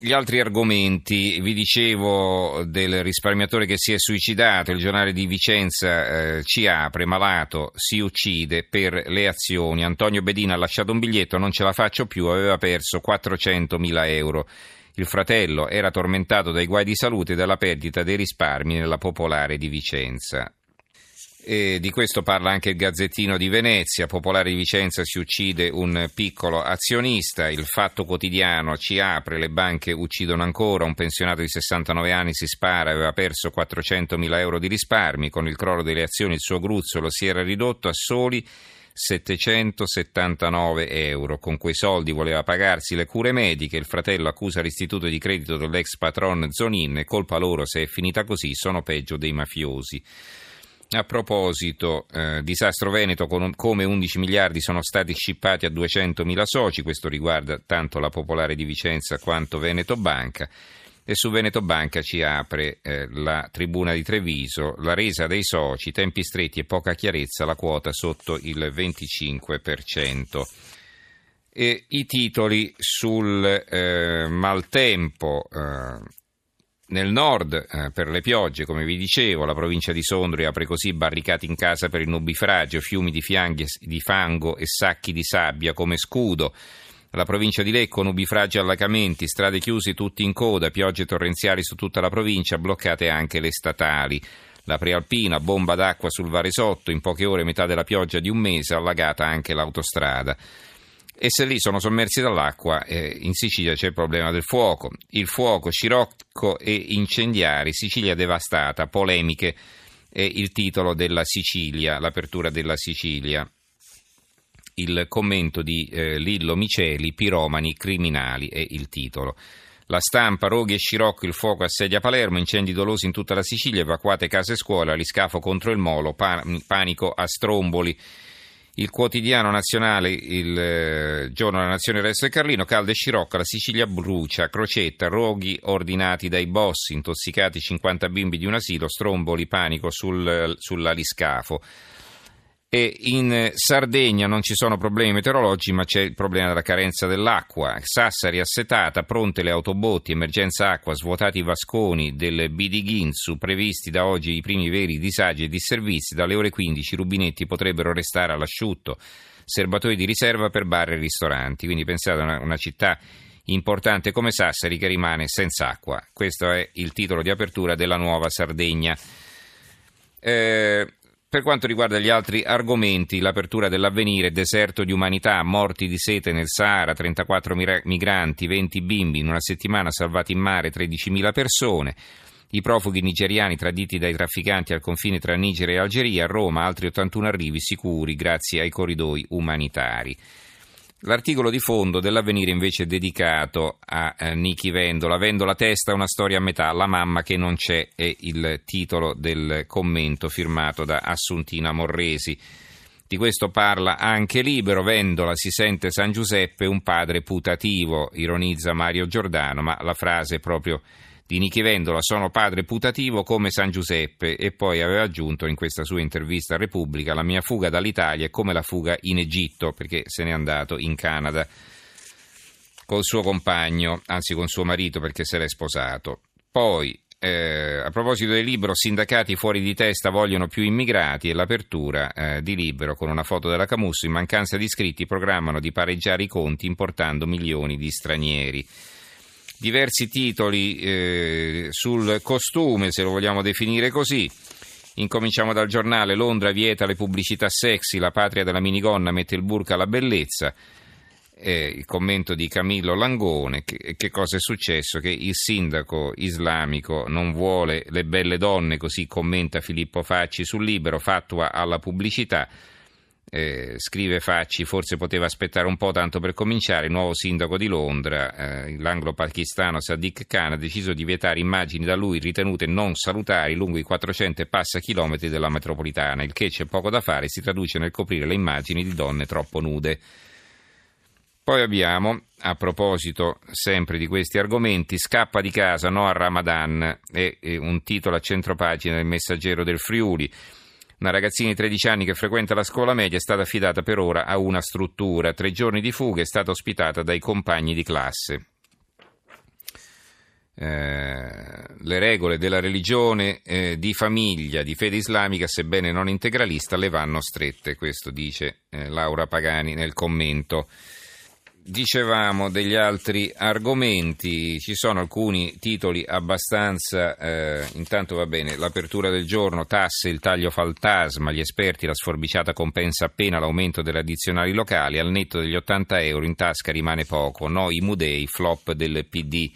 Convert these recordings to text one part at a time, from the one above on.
Gli altri argomenti, vi dicevo del risparmiatore che si è suicidato, il giornale di Vicenza ci apre, malato, si uccide per le azioni. Antonio Bedina ha lasciato un biglietto, non ce la faccio più, aveva perso 400.000 euro. Il fratello era tormentato dai guai di salute e dalla perdita dei risparmi nella Popolare di Vicenza. E di questo parla anche il Gazzettino di Venezia. Popolare di Vicenza, si uccide un piccolo azionista. Il Fatto Quotidiano ci apre, le banche uccidono ancora, un pensionato di 69 anni si spara, aveva perso 400.000 euro di risparmi, con il crollo delle azioni il suo gruzzolo si era ridotto a soli 779 euro. Con quei soldi voleva pagarsi le cure mediche. Il fratello accusa l'istituto di credito dell'ex patron Zonin, colpa loro se è finita così, sono peggio dei mafiosi. A proposito, disastro Veneto, come 11 miliardi sono stati scippati a 200.000 soci, questo riguarda tanto la Popolare di Vicenza quanto Veneto Banca, e su Veneto Banca ci apre la Tribuna di Treviso, la resa dei soci, tempi stretti e poca chiarezza, la quota sotto il 25%. E i titoli sul maltempo. Nel nord, per le piogge, come vi dicevo, la provincia di Sondrio apre così barricati in casa per il nubifragio, fiumi di fango e sacchi di sabbia come scudo. La provincia di Lecco, nubifragi e allagamenti, strade chiuse tutti in coda, piogge torrenziali su tutta la provincia, bloccate anche le statali. La Prealpina, bomba d'acqua sul Varesotto, in poche ore metà della pioggia di un mese, allagata anche l'autostrada. E se lì sono sommersi dall'acqua, in Sicilia c'è il problema del fuoco. Il fuoco, scirocco e incendiari, Sicilia devastata, polemiche è il titolo della Sicilia, l'apertura della Sicilia. Il commento di Lillo Miceli, piromani criminali è il titolo. La Stampa, roghi e scirocco, il fuoco assedia Palermo, incendi dolosi in tutta la Sicilia, evacuate case e scuole, aliscafo contro il molo, panico a Stromboli. Il Quotidiano Nazionale, il Giorno della Nazione, il Resto del Carlino, caldo e scirocco, la Sicilia brucia, Crocetta, roghi ordinati dai boss, intossicati 50 bimbi di un asilo, Stromboli, panico sull'aliscafo. E in Sardegna non ci sono problemi meteorologici, ma c'è il problema della carenza dell'acqua. Sassari assetata, pronte le autobotti, emergenza acqua, svuotati i vasconi del Bidighinzu, previsti da oggi i primi veri disagi e disservizi, dalle ore 15 i rubinetti potrebbero restare all'asciutto, serbatoi di riserva per bar e ristoranti. Quindi pensate a una città importante come Sassari che rimane senza acqua. Questo è il titolo di apertura della Nuova Sardegna. Per quanto riguarda gli altri argomenti, l'apertura dell'Avvenire, deserto di umanità, morti di sete nel Sahara, 34 migranti, 20 bimbi, in una settimana salvati in mare 13.000 persone, i profughi nigeriani traditi dai trafficanti al confine tra Niger e Algeria, a Roma altri 81 arrivi sicuri grazie ai corridoi umanitari. L'articolo di fondo dell'Avvenire invece è dedicato a Nichi Vendola. Vendola testa, una storia a metà, la mamma che non c'è, è il titolo del commento firmato da Assuntina Morresi. Di questo parla anche Libero. Vendola si sente San Giuseppe, un padre putativo, ironizza Mario Giordano, ma la frase è proprio di Nichi Vendola: sono padre putativo come San Giuseppe. E poi aveva aggiunto in questa sua intervista a Repubblica: la mia fuga dall'Italia è come la fuga in Egitto, perché se n'è andato in Canada col suo compagno, anzi con suo marito, perché se l'è sposato. Poi a proposito del Libero, sindacati fuori di testa vogliono più immigrati, e l'apertura di Libero con una foto della Camusso: in mancanza di iscritti programmano di pareggiare i conti importando milioni di stranieri. Diversi titoli sul costume, se lo vogliamo definire così. Incominciamo dal giornale. Londra vieta le pubblicità sexy, la patria della minigonna mette il burka alla bellezza. Il commento di Camillo Langone. Che cosa è successo? Che il sindaco islamico non vuole le belle donne, così commenta Filippo Facci sul Libero, fatua alla pubblicità. Scrive Facci: forse poteva aspettare un po', tanto per cominciare. Il nuovo sindaco di Londra, l'anglo-pakistano Sadiq Khan, ha deciso di vietare immagini da lui ritenute non salutari lungo i 400 e passa chilometri della metropolitana. Il che, c'è poco da fare, si traduce nel coprire le immagini di donne troppo nude. Poi abbiamo, a proposito sempre di questi argomenti, scappa di casa, no a Ramadan, è un titolo a centropagina del Messaggero del Friuli. Una ragazzina di 13 anni che frequenta la scuola media è stata affidata per ora a una struttura. 3 giorni di fuga, è stata ospitata dai compagni di classe. le regole della religione di famiglia, di fede islamica, sebbene non integralista, le vanno strette. Questo dice Laura Pagani nel commento. Dicevamo degli altri argomenti, ci sono alcuni titoli abbastanza, intanto va bene, l'apertura del giorno, tasse, il taglio fantasma, gli esperti, la sforbiciata compensa appena l'aumento delle addizionali locali, al netto degli 80 euro in tasca rimane poco, no i Mudei, flop del PD.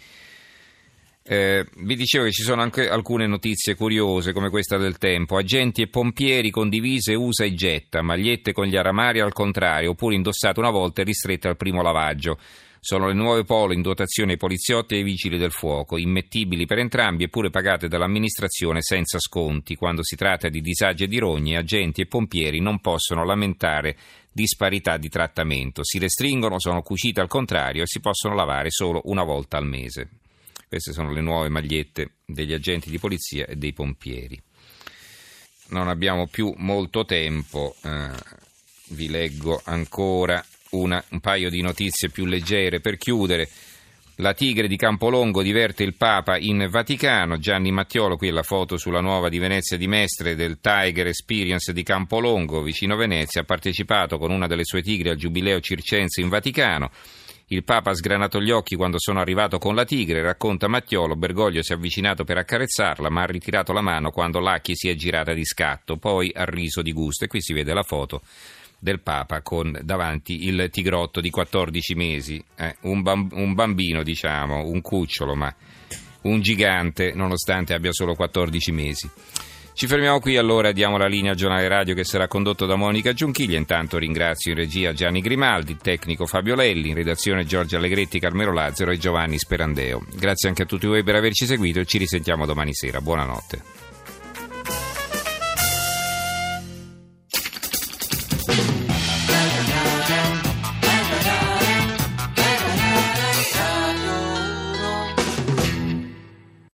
Vi dicevo che ci sono anche alcune notizie curiose come questa del Tempo. Agenti e pompieri condivise usa e getta, magliette con gli aramari al contrario, oppure indossate una volta e ristrette al primo lavaggio. Sono le nuove polo in dotazione ai poliziotti e ai vigili del fuoco, immettibili per entrambi eppure pagate dall'amministrazione senza sconti. Quando si tratta di disagi e di rogni, agenti e pompieri non possono lamentare disparità di trattamento. Si restringono, sono cucite al contrario e si possono lavare solo una volta al mese. Queste sono le nuove magliette degli agenti di polizia e dei pompieri. Non abbiamo più molto tempo, vi leggo ancora un paio di notizie più leggere per chiudere. La tigre di Campolongo diverte il Papa in Vaticano. Gianni Mattiolo, qui è la foto sulla nuova di Venezia di Mestre del Tiger Experience di Campolongo, vicino Venezia, ha partecipato con una delle sue tigre al Giubileo circense in Vaticano. Il Papa ha sgranato gli occhi quando sono arrivato con la tigre, racconta Mattiolo. Bergoglio si è avvicinato per accarezzarla, ma ha ritirato la mano quando Lacchi si è girata di scatto, poi ha riso di gusto. E qui si vede la foto del Papa con davanti il tigrotto di 14 mesi, un bambino, diciamo, un cucciolo, ma un gigante nonostante abbia solo 14 mesi. Ci fermiamo qui, allora diamo la linea al giornale radio che sarà condotto da Monica Giunchiglia. Intanto ringrazio in regia Gianni Grimaldi, il tecnico Fabio Lelli, in redazione Giorgio Allegretti, Carmelo Lazzaro e Giovanni Sperandeo. Grazie anche a tutti voi per averci seguito e ci risentiamo domani sera. Buonanotte.